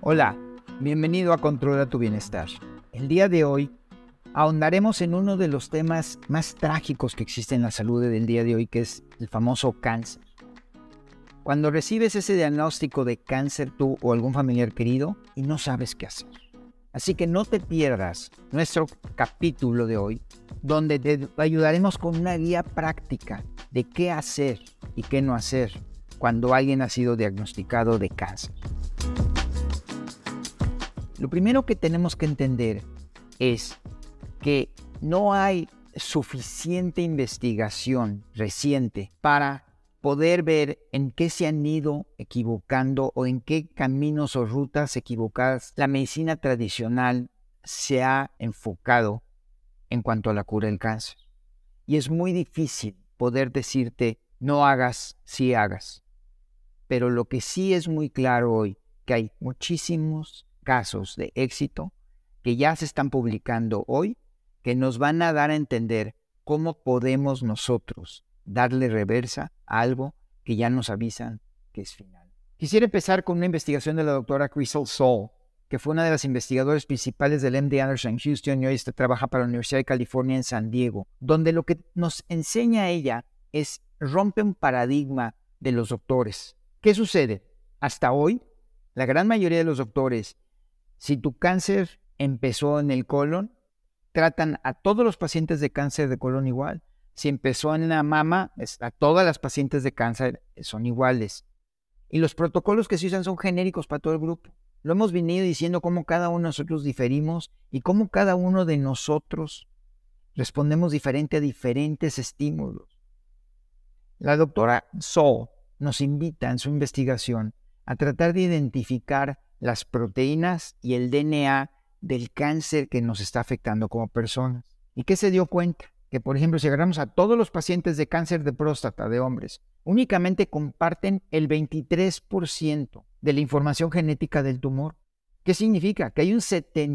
Hola, bienvenido a Controla tu Bienestar. El día de hoy ahondaremos en uno de los temas más trágicos que existe en la salud del día de hoy, que es el famoso cáncer. Cuando recibes ese diagnóstico de cáncer tú o algún familiar querido y no sabes qué hacer. Así que no te pierdas nuestro capítulo de hoy, donde te ayudaremos con una guía práctica de qué hacer y qué no hacer cuando alguien ha sido diagnosticado de cáncer. Lo primero que tenemos que entender es que no hay suficiente investigación reciente para poder ver en qué se han ido equivocando o en qué caminos o rutas equivocadas la medicina tradicional se ha enfocado en cuanto a la cura del cáncer. Y es muy difícil poder decirte no hagas, sí hagas. Pero lo que sí es muy claro hoy, que hay muchísimos casos de éxito que ya se están publicando hoy, que nos van a dar a entender cómo podemos nosotros darle reversa a algo que ya nos avisan que es final. Quisiera empezar con una investigación de la doctora Crystal Saul, que fue una de las investigadoras principales del MD Anderson en Houston y hoy trabaja para la Universidad de California en San Diego, donde lo que nos enseña ella es rompe un paradigma de los doctores. ¿Qué sucede? Hasta hoy, la gran mayoría de los doctores, si tu cáncer empezó en el colon, tratan a todos los pacientes de cáncer de colon igual. Si empezó en la mama, a todas las pacientes de cáncer son iguales. Y los protocolos que se usan son genéricos para todo el grupo. Lo hemos venido diciendo cómo cada uno de nosotros diferimos y cómo cada uno de nosotros respondemos diferente a diferentes estímulos. La doctora Saul nos invita en su investigación a tratar de identificar las proteínas y el DNA del cáncer que nos está afectando como personas. ¿Y qué se dio cuenta? Que, por ejemplo, si agarramos a todos los pacientes de cáncer de próstata de hombres, únicamente comparten el 23% de la información genética del tumor. ¿Qué significa? Que hay un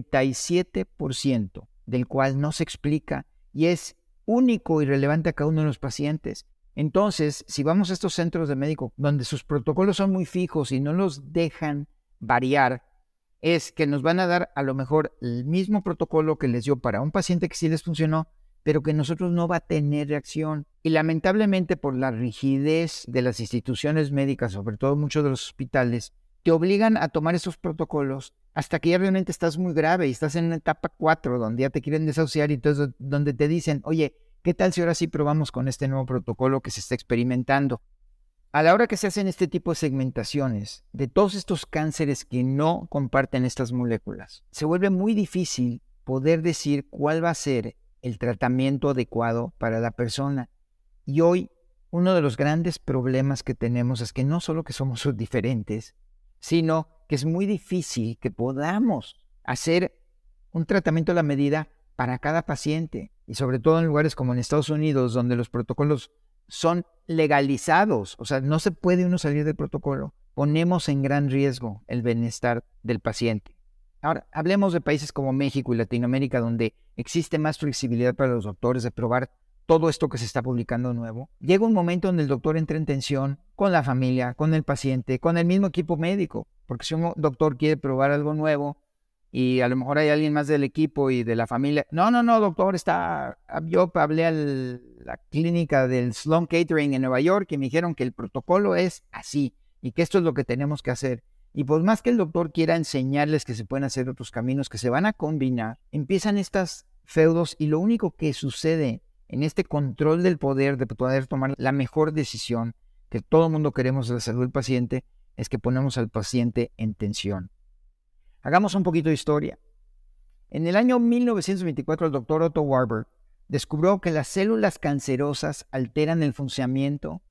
77% del cual no se explica y es único y relevante a cada uno de los pacientes. Entonces, si vamos a estos centros de médico donde sus protocolos son muy fijos y no los dejan variar, es que nos van a dar a lo mejor el mismo protocolo que les dio para un paciente que sí les funcionó, pero que nosotros no va a tener reacción. Y lamentablemente por la rigidez de las instituciones médicas, sobre todo muchos de los hospitales, te obligan a tomar esos protocolos hasta que ya realmente estás muy grave y estás en una etapa 4 donde ya te quieren desahuciar y entonces donde te dicen, oye, ¿qué tal si ahora sí probamos con este nuevo protocolo que se está experimentando? A la hora que se hacen este tipo de segmentaciones de todos estos cánceres que no comparten estas moléculas, se vuelve muy difícil poder decir cuál va a ser el tratamiento adecuado para la persona. Y hoy, uno de los grandes problemas que tenemos es que no solo que somos diferentes, sino que es muy difícil que podamos hacer un tratamiento a la medida para cada paciente. Y sobre todo en lugares como en Estados Unidos, donde los protocolos son legalizados, o sea, no se puede uno salir del protocolo. Ponemos en gran riesgo el bienestar del paciente. Ahora, hablemos de países como México y Latinoamérica, donde existe más flexibilidad para los doctores de probar todo esto que se está publicando nuevo. Llega un momento donde el doctor entra en tensión con la familia, con el paciente, con el mismo equipo médico, porque si un doctor quiere probar algo nuevo y a lo mejor hay alguien más del equipo y de la familia, no, doctor, yo hablé a la clínica del Sloan Kettering en Nueva York y me dijeron que el protocolo es así y que esto es lo que tenemos que hacer. Y por más que el doctor quiera enseñarles que se pueden hacer otros caminos que se van a combinar, empiezan estas feudos y lo único que sucede en este control del poder de poder tomar la mejor decisión que todo el mundo queremos de la salud del paciente es que ponemos al paciente en tensión. Hagamos un poquito de historia. En el año 1924 el doctor Otto Warburg descubrió que las células cancerosas alteran el funcionamiento,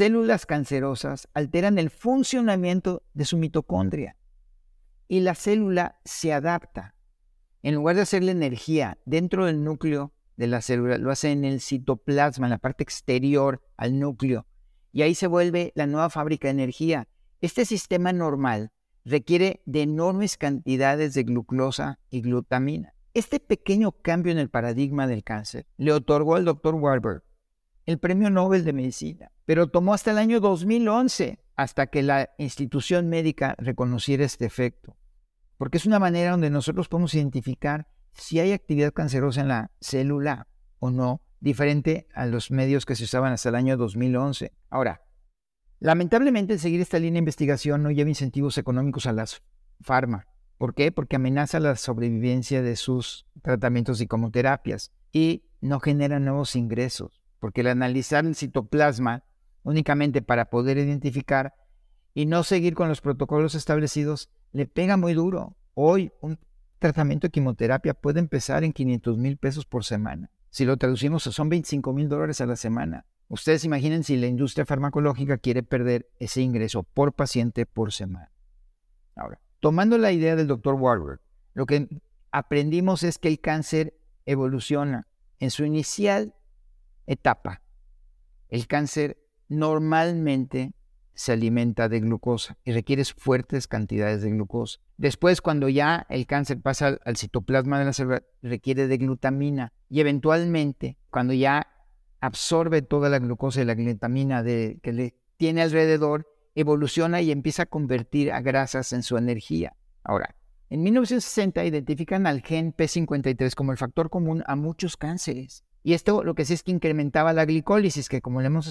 de su mitocondria. Y la célula se adapta. En lugar de hacerle energía dentro del núcleo de la célula, lo hace en el citoplasma, en la parte exterior al núcleo. Y ahí se vuelve la nueva fábrica de energía. Este sistema normal requiere de enormes cantidades de glucosa y glutamina. Este pequeño cambio en el paradigma del cáncer le otorgó al Dr. Warburg el Premio Nobel de Medicina, pero tomó hasta el año 2011 hasta que la institución médica reconociera este efecto. porque es una manera donde nosotros podemos identificar si hay actividad cancerosa en la célula o no, diferente a los medios que se usaban hasta el año 2011. Ahora, lamentablemente, seguir esta línea de investigación no lleva incentivos económicos a las farma. ¿Por qué? Porque amenaza la sobrevivencia de sus tratamientos y quimioterapias y no genera nuevos ingresos, porque el analizar el citoplasma únicamente para poder identificar y no seguir con los protocolos establecidos le pega muy duro. Hoy un tratamiento de quimioterapia puede empezar en 500,000 pesos por semana. Si lo traducimos, son $25,000 a la semana. Ustedes imaginen si la industria farmacológica quiere perder ese ingreso por paciente por semana. Ahora, tomando la idea del Dr. Warburg, lo que aprendimos es que el cáncer evoluciona. En su inicial etapa, el cáncer normalmente se alimenta de glucosa y requiere fuertes cantidades de glucosa. Después, cuando ya el cáncer pasa al citoplasma de la célula, requiere de glutamina y eventualmente, cuando ya absorbe toda la glucosa y la glutamina que le tiene alrededor, evoluciona y empieza a convertir a grasas en su energía. Ahora, en 1960 identifican al gen P53 como el factor común a muchos cánceres. Y esto lo que sí es que incrementaba la glicólisis, que como le hemos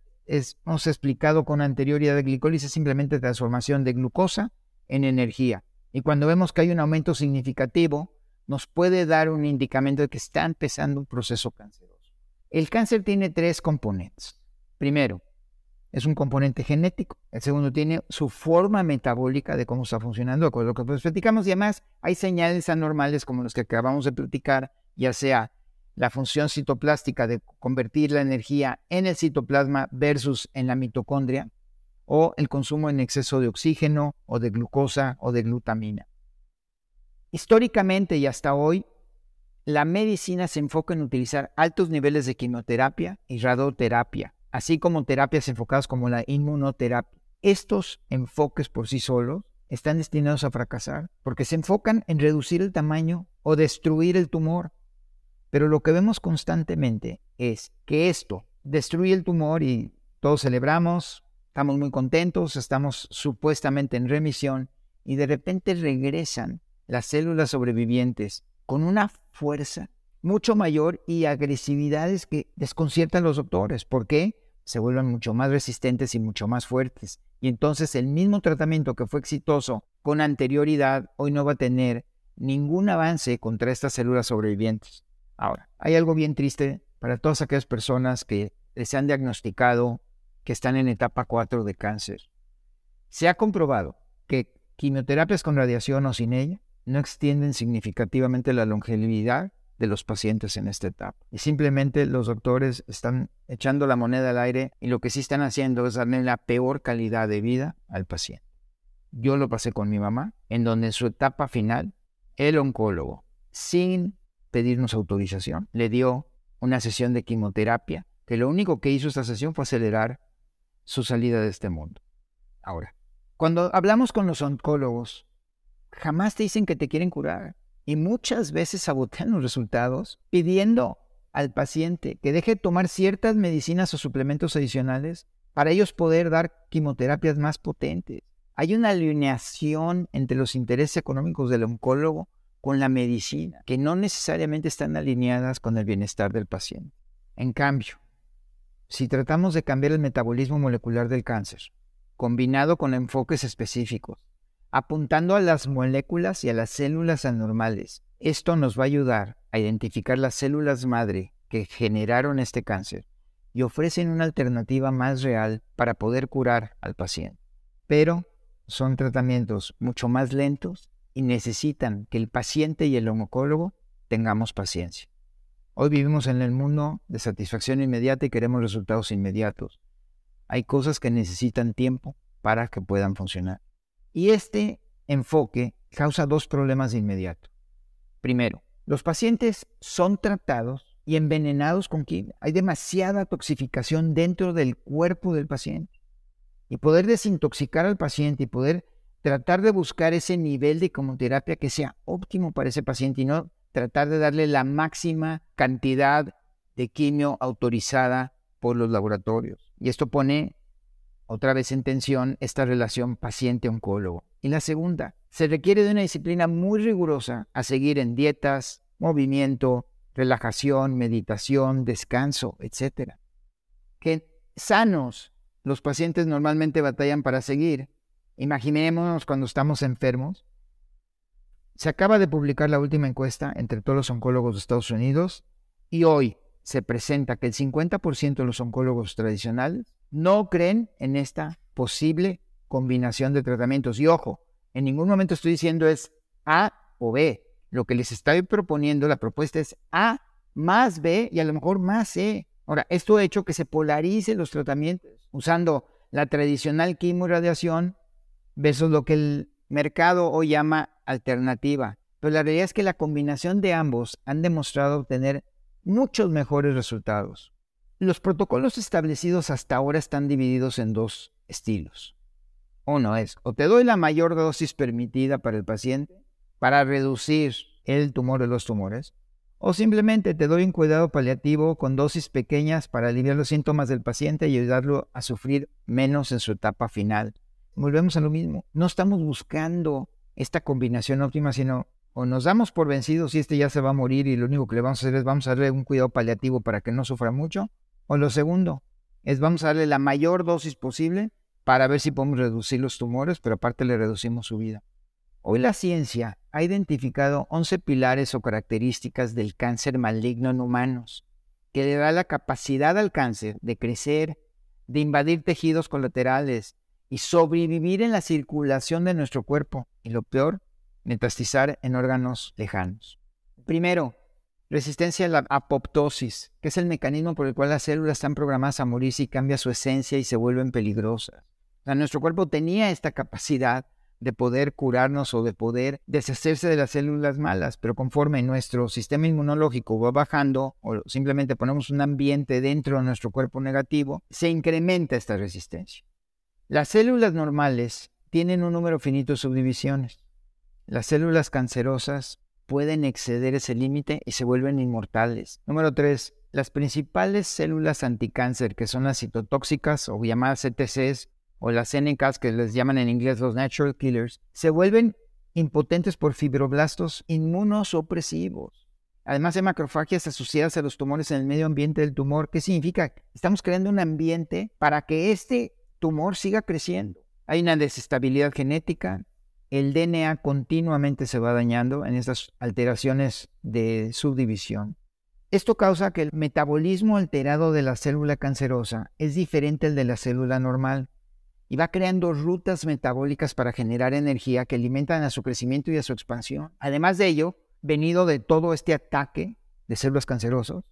explicado con anterioridad, la glicólisis es simplemente transformación de glucosa en energía. Y cuando vemos que hay un aumento significativo, nos puede dar un indicamento de que está empezando un proceso canceroso. El cáncer tiene 3 componentes. Primero, es un componente genético. El segundo tiene su forma metabólica de cómo está funcionando, de acuerdo a lo que platicamos. Y además hay señales anormales como los que acabamos de platicar, ya sea la función citoplástica de convertir la energía en el citoplasma versus en la mitocondria, o el consumo en exceso de oxígeno, o de glucosa, o de glutamina. Históricamente y hasta hoy, la medicina se enfoca en utilizar altos niveles de quimioterapia y radioterapia, así como terapias enfocadas como la inmunoterapia. Estos enfoques por sí solos están destinados a fracasar porque se enfocan en reducir el tamaño o destruir el tumor. Pero lo que vemos constantemente es que esto destruye el tumor y todos celebramos, estamos muy contentos, estamos supuestamente en remisión y de repente regresan las células sobrevivientes con una fuerza mucho mayor y agresividades que desconciertan a los doctores. ¿Por qué? Se vuelven mucho más resistentes y mucho más fuertes. Y entonces el mismo tratamiento que fue exitoso con anterioridad hoy no va a tener ningún avance contra estas células sobrevivientes. Ahora, hay algo bien triste para todas aquellas personas que se han diagnosticado que están en etapa 4 de cáncer. Se ha comprobado que quimioterapias con radiación o sin ella no extienden significativamente la longevidad de los pacientes en esta etapa. Y simplemente los doctores están echando la moneda al aire y lo que sí están haciendo es darle la peor calidad de vida al paciente. Yo lo pasé con mi mamá, en donde en su etapa final, el oncólogo, sin pedirnos autorización, le dio una sesión de quimioterapia, que lo único que hizo esta sesión fue acelerar su salida de este mundo. Ahora, cuando hablamos con los oncólogos, jamás te dicen que te quieren curar y muchas veces sabotean los resultados pidiendo al paciente que deje de tomar ciertas medicinas o suplementos adicionales para ellos poder dar quimioterapias más potentes. Hay una alineación entre los intereses económicos del oncólogo con la medicina, que no necesariamente están alineadas con el bienestar del paciente. En cambio, si tratamos de cambiar el metabolismo molecular del cáncer, combinado con enfoques específicos, apuntando a las moléculas y a las células anormales, esto nos va a ayudar a identificar las células madre que generaron este cáncer y ofrecen una alternativa más real para poder curar al paciente. Pero son tratamientos mucho más lentos y necesitan que el paciente y el oncólogo tengamos paciencia. Hoy vivimos en el mundo de satisfacción inmediata y queremos resultados inmediatos. Hay cosas que necesitan tiempo para que puedan funcionar. Y este enfoque causa 2 problemas de inmediato. Primero, los pacientes son tratados y envenenados con quimio. Hay demasiada toxificación dentro del cuerpo del paciente. Y poder desintoxicar al paciente y poder tratar de buscar ese nivel de quimioterapia que sea óptimo para ese paciente y no tratar de darle la máxima cantidad de quimio autorizada por los laboratorios. Y esto pone otra vez en tensión esta relación paciente-oncólogo. Y la segunda, se requiere de una disciplina muy rigurosa a seguir en dietas, movimiento, relajación, meditación, descanso, etc. Que sanos los pacientes normalmente batallan para seguir. Imaginémonos cuando estamos enfermos. Se acaba de publicar la última encuesta entre todos los oncólogos de Estados Unidos y hoy se presenta que el 50% de los oncólogos tradicionales no creen en esta posible combinación de tratamientos. Y ojo, en ningún momento estoy diciendo es A o B. Lo que les estoy proponiendo, la propuesta es A más B y a lo mejor más C. Ahora, esto ha hecho que se polaricen los tratamientos usando la tradicional quimio y radiación versus lo que el mercado hoy llama alternativa. Pero la realidad es que la combinación de ambos han demostrado obtener muchos mejores resultados. Los protocolos establecidos hasta ahora están divididos en dos estilos. Uno es, o te doy la mayor dosis permitida para el paciente para reducir el tumor de los tumores, o simplemente te doy un cuidado paliativo con dosis pequeñas para aliviar los síntomas del paciente y ayudarlo a sufrir menos en su etapa final. Volvemos a lo mismo. No estamos buscando esta combinación óptima, sino o nos damos por vencidos y ya se va a morir y lo único que le vamos a hacer es vamos a darle un cuidado paliativo para que no sufra mucho, o lo segundo es vamos a darle la mayor dosis posible para ver si podemos reducir los tumores, pero aparte le reducimos su vida. Hoy la ciencia ha identificado 11 pilares o características del cáncer maligno en humanos, que le da la capacidad al cáncer de crecer, de invadir tejidos colaterales y sobrevivir en la circulación de nuestro cuerpo. Y lo peor, metastizar en órganos lejanos. Primero, resistencia a la apoptosis, que es el mecanismo por el cual las células están programadas a morirse y cambia su esencia y se vuelven peligrosas. O sea, nuestro cuerpo tenía esta capacidad de poder curarnos o de poder deshacerse de las células malas, pero conforme nuestro sistema inmunológico va bajando o simplemente ponemos un ambiente dentro de nuestro cuerpo negativo, se incrementa esta resistencia. Las células normales tienen un número finito de subdivisiones. Las células cancerosas pueden exceder ese límite y se vuelven inmortales. Número 3. Las principales células anticáncer, que son las citotóxicas o llamadas CTCs, o las NKs, que les llaman en inglés los natural killers, se vuelven impotentes por fibroblastos inmunosupresivos. Además hay macrofagias asociadas a los tumores en el medio ambiente del tumor. ¿Qué significa? Estamos creando un ambiente para que este tumor siga creciendo. Hay una desestabilidad genética. El DNA continuamente se va dañando en estas alteraciones de subdivisión. Esto causa que el metabolismo alterado de la célula cancerosa es diferente al de la célula normal y va creando rutas metabólicas para generar energía que alimentan a su crecimiento y a su expansión. Además de ello, venido de todo este ataque de células cancerosas,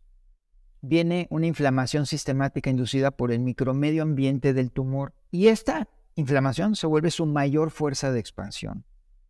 viene una inflamación sistemática inducida por el micromedio ambiente del tumor y esta inflamación se vuelve su mayor fuerza de expansión.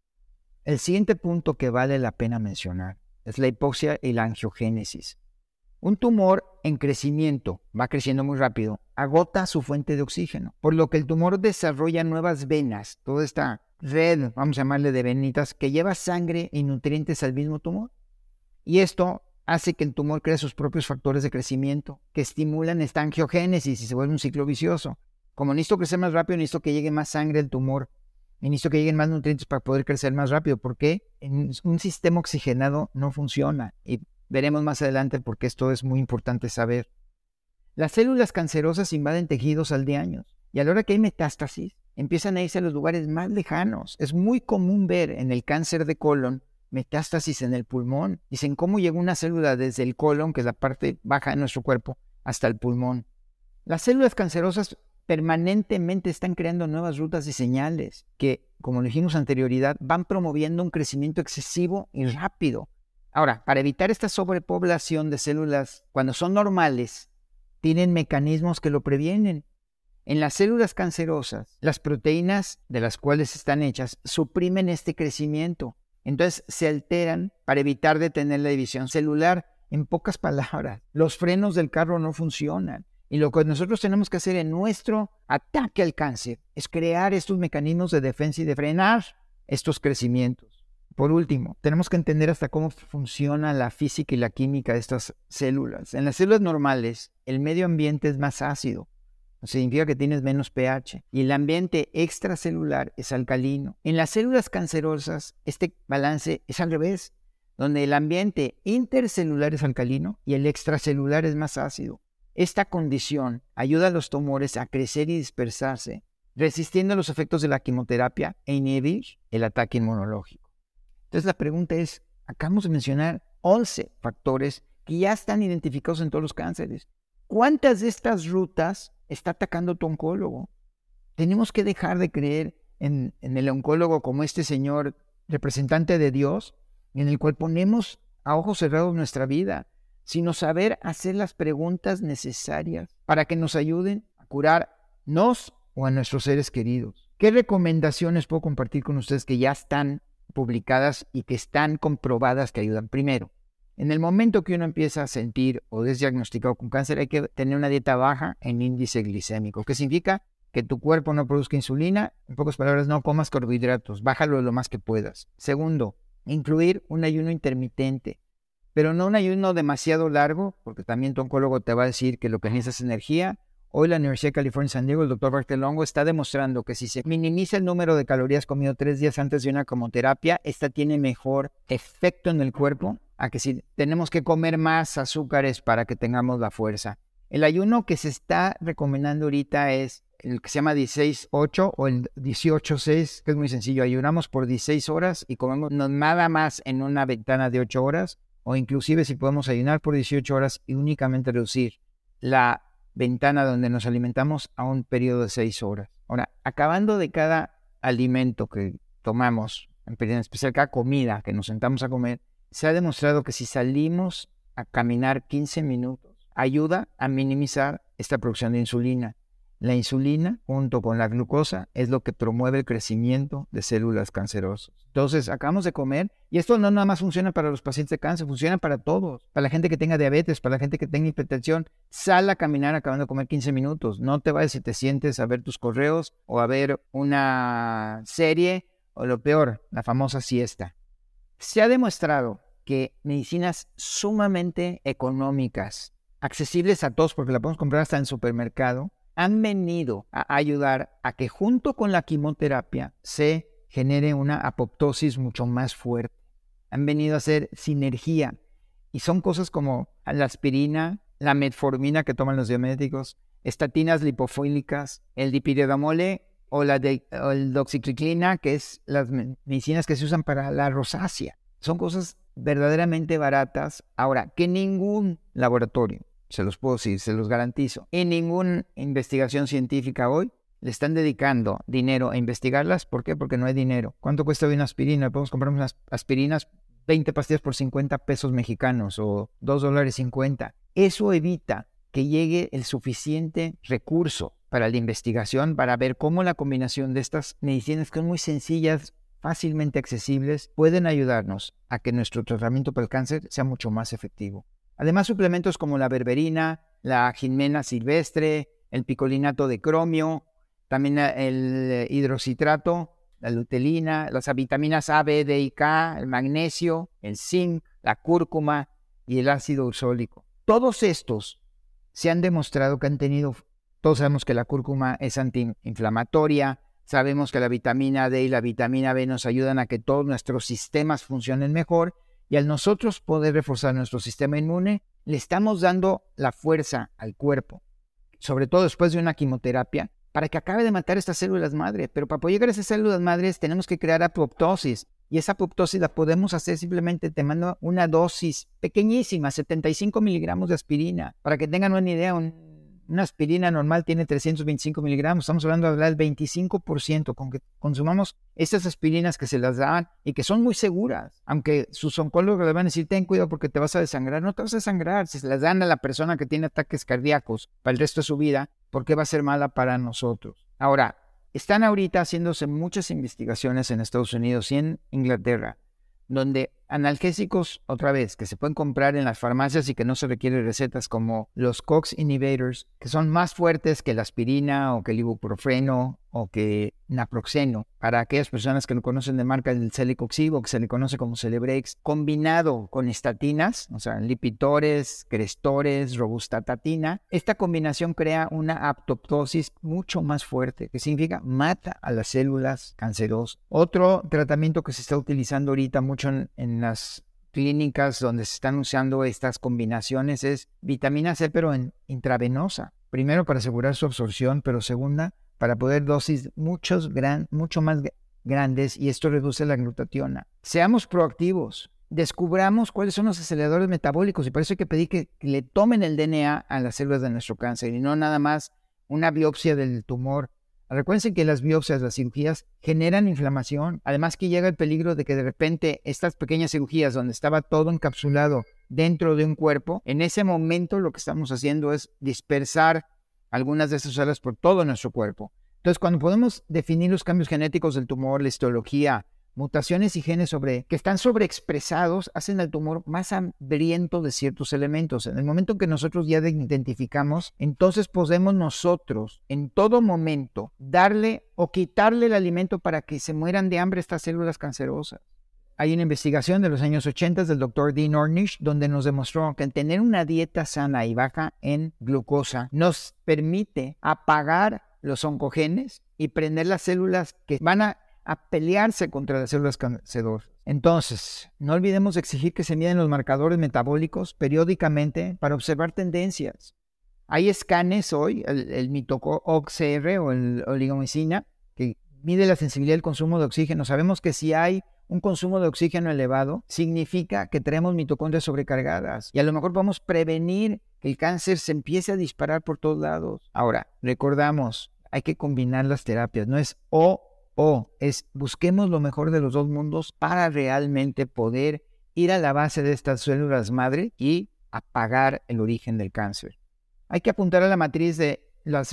El siguiente punto que vale la pena mencionar es la hipoxia y la angiogénesis. Un tumor en crecimiento, va creciendo muy rápido, agota su fuente de oxígeno, por lo que el tumor desarrolla nuevas venas, toda esta red, vamos a llamarle de venitas, que lleva sangre y nutrientes al mismo tumor. Y esto hace que el tumor cree sus propios factores de crecimiento, que estimulan esta angiogénesis y se vuelve un ciclo vicioso. Como necesito crecer más rápido, necesito que llegue más sangre al tumor, y necesito que lleguen más nutrientes para poder crecer más rápido, porque en un sistema oxigenado no funciona, y veremos más adelante porque esto es muy importante saber. Las células cancerosas invaden tejidos aldeanos y a la hora que hay metástasis empiezan a irse a los lugares más lejanos. Es muy común ver en el cáncer de colon metástasis en el pulmón. Dicen cómo llegó una célula desde el colon, que es la parte baja de nuestro cuerpo, hasta el pulmón. Las células cancerosas permanentemente están creando nuevas rutas y señales que, como dijimos anterioridad, van promoviendo un crecimiento excesivo y rápido. Ahora, para evitar esta sobrepoblación de células, cuando son normales, tienen mecanismos que lo previenen. En las células cancerosas, las proteínas de las cuales están hechas suprimen este crecimiento. Entonces se alteran para evitar detener la división celular. En pocas palabras, los frenos del carro no funcionan. Y lo que nosotros tenemos que hacer en nuestro ataque al cáncer es crear estos mecanismos de defensa y de frenar estos crecimientos. Por último, tenemos que entender hasta cómo funciona la física y la química de estas células. En las células normales, el medio ambiente es más ácido significa que tienes menos pH. Y el ambiente extracelular es alcalino. En las células cancerosas, este balance es al revés, donde el ambiente intercelular es alcalino y el extracelular es más ácido. Esta condición ayuda a los tumores a crecer y dispersarse, resistiendo los efectos de la quimioterapia e inhibir el ataque inmunológico. Entonces la pregunta es, acabamos de mencionar 11 factores que ya están identificados en todos los cánceres. ¿Cuántas de estas rutas está atacando tu oncólogo? Tenemos que dejar de creer en el oncólogo como este señor representante de Dios, en el cual ponemos a ojos cerrados nuestra vida, sino saber hacer las preguntas necesarias para que nos ayuden a curarnos o a nuestros seres queridos. ¿Qué recomendaciones puedo compartir con ustedes que ya están publicadas y que están comprobadas que ayudan? Primero, en el momento que uno empieza a sentir o es diagnosticado con cáncer, hay que tener una dieta baja en índice glicémico, que significa que tu cuerpo no produzca insulina. En pocas palabras, no comas carbohidratos, bájalo lo más que puedas. Segundo, incluir un ayuno intermitente, pero no un ayuno demasiado largo, porque también tu oncólogo te va a decir que lo que necesitas es energía. Hoy la Universidad de California en San Diego, el doctor Bartelongo, está demostrando que si se minimiza el número de calorías comido 3 días antes de una quimioterapia, esta tiene mejor efecto en el cuerpo a que si tenemos que comer más azúcares para que tengamos la fuerza. El ayuno que se está recomendando ahorita es el que se llama 16-8 o el 18-6, que es muy sencillo. Ayunamos por 16 horas y comemos nada más en una ventana de 8 horas, o inclusive si podemos ayunar por 18 horas y únicamente reducir la ventana donde nos alimentamos a un periodo de 6 horas. Ahora, acabando de cada alimento que tomamos, en especial cada comida que nos sentamos a comer, se ha demostrado que si salimos a caminar 15 minutos, ayuda a minimizar esta producción de insulina. La insulina, junto con la glucosa, es lo que promueve el crecimiento de células cancerosas. Entonces, acabamos de comer, y esto no nada más funciona para los pacientes de cáncer, funciona para todos, para la gente que tenga diabetes, para la gente que tenga hipertensión. Sal a caminar acabando de comer 15 minutos. No te vayas si te sientes a ver tus correos o a ver una serie, o lo peor, la famosa siesta. Se ha demostrado que medicinas sumamente económicas, accesibles a todos porque la podemos comprar hasta en el supermercado, han venido a ayudar a que junto con la quimioterapia se genere una apoptosis mucho más fuerte. Han venido a hacer sinergia y son cosas como la aspirina, la metformina que toman los diabéticos, estatinas lipofílicas, el dipiridomole o el doxiciclina, que es las medicinas que se usan para la rosácea. Son cosas verdaderamente baratas. Ahora, que ningún laboratorio, se los puedo decir, se los garantizo, en ninguna investigación científica hoy le están dedicando dinero a investigarlas. ¿Por qué? Porque no hay dinero. ¿Cuánto cuesta hoy una aspirina? Podemos comprar unas aspirinas, 20 pastillas por 50 pesos mexicanos o $2.50. Eso evita que llegue el suficiente recurso para la investigación, para ver cómo la combinación de estas medicinas, que son muy sencillas, fácilmente accesibles, pueden ayudarnos a que nuestro tratamiento para el cáncer sea mucho más efectivo. Además, suplementos como la berberina, la gimena silvestre, el picolinato de cromio, también el hidrocitrato, la luteolina, las vitaminas A, B, D y K, el magnesio, el zinc, la cúrcuma y el ácido ursólico. Todos estos se han demostrado que han tenido, todos sabemos que la cúrcuma es antiinflamatoria, sabemos que la vitamina D y la vitamina B nos ayudan a que todos nuestros sistemas funcionen mejor, y al nosotros poder reforzar nuestro sistema inmune, le estamos dando la fuerza al cuerpo, sobre todo después de una quimioterapia, para que acabe de matar estas células madre. Pero para poder llegar a esas células madres tenemos que crear apoptosis, y esa apoptosis la podemos hacer simplemente tomando una dosis pequeñísima, 75 miligramos de aspirina. Para que tengan una idea, una aspirina normal tiene 325 miligramos. Estamos hablando del 25%. Con que consumamos estas aspirinas que se las dan y que son muy seguras. Aunque sus oncólogos le van a decir, ten cuidado porque te vas a desangrar. No te vas a desangrar. Si se las dan a la persona que tiene ataques cardíacos para el resto de su vida, ¿por qué va a ser mala para nosotros? Ahora, están ahorita haciéndose muchas investigaciones en Estados Unidos y en Inglaterra, donde Analgésicos, otra vez, que se pueden comprar en las farmacias y que no se requieren recetas, como los COX inhibitors, que son más fuertes que la aspirina o que el ibuprofeno o que naproxeno. Para aquellas personas que lo conocen de marca del Celecoxib, que se le conoce como Celebrex, combinado con estatinas, o sea, Lipitores, Crestores, Robustatina, esta combinación crea una apoptosis mucho más fuerte, que significa mata a las células cancerosas. Otro tratamiento que se está utilizando ahorita mucho en las clínicas donde se están usando estas combinaciones es vitamina C, pero en intravenosa. Primero, para asegurar su absorción, pero segunda, para poder dosis mucho más grandes, y esto reduce la glutationa. Seamos proactivos, descubramos cuáles son los aceleradores metabólicos, y por eso hay que pedir que le tomen el DNA a las células de nuestro cáncer y no nada más una biopsia del tumor. Recuerden que las biopsias, las cirugías, generan inflamación. Además que llega el peligro de que de repente estas pequeñas cirugías donde estaba todo encapsulado dentro de un cuerpo, en ese momento lo que estamos haciendo es dispersar algunas de esas células por todo nuestro cuerpo. Entonces, cuando podemos definir los cambios genéticos del tumor, la histología, mutaciones y genes que están sobreexpresados, hacen al tumor más hambriento de ciertos elementos. En el momento en que nosotros ya identificamos, entonces podemos nosotros en todo momento darle o quitarle el alimento para que se mueran de hambre estas células cancerosas. Hay una investigación de los años 80 del Dr. Dean Ornish donde nos demostró que tener una dieta sana y baja en glucosa nos permite apagar los oncogenes y prender las células que van a pelearse contra las células cancerosas. Entonces, no olvidemos exigir que se midan los marcadores metabólicos periódicamente para observar tendencias. Hay escanes hoy, el mitoco-OXR o el oligomicina, que mide la sensibilidad del consumo de oxígeno. Sabemos que si hay un consumo de oxígeno elevado, significa que tenemos mitocondrias sobrecargadas y a lo mejor podemos prevenir que el cáncer se empiece a disparar por todos lados. Ahora, recordamos, hay que combinar las terapias, no es es busquemos lo mejor de los dos mundos para realmente poder ir a la base de estas células madre y apagar el origen del cáncer. Hay que apuntar a la matriz de las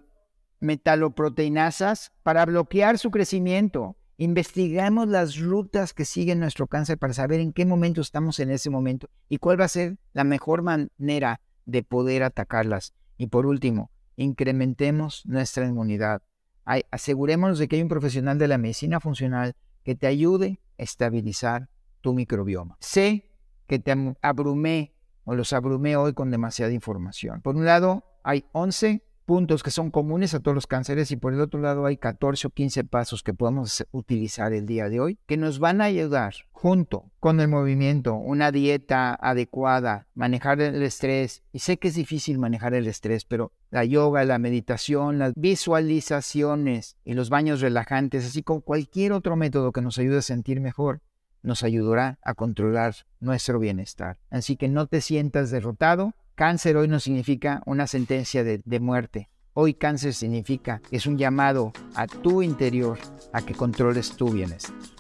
metaloproteinasas para bloquear su crecimiento. Investigamos las rutas que siguen nuestro cáncer para saber en qué momento estamos en ese momento y cuál va a ser la mejor manera de poder atacarlas. Y por último, incrementemos nuestra inmunidad. Asegurémonos de que hay un profesional de la medicina funcional que te ayude a estabilizar tu microbioma. Sé que te abrumé o los abrumé hoy con demasiada información. Por un lado, hay 11 puntos que son comunes a todos los cánceres y por el otro lado hay 14 o 15 pasos que podemos utilizar el día de hoy que nos van a ayudar junto con el movimiento, una dieta adecuada, manejar el estrés. Y sé que es difícil manejar el estrés, pero la yoga, la meditación, las visualizaciones y los baños relajantes, así como cualquier otro método que nos ayude a sentir mejor, nos ayudará a controlar nuestro bienestar. Así que no te sientas derrotado. Cáncer hoy no significa una sentencia de muerte. Hoy cáncer significa que es un llamado a tu interior a que controles tu bienestar.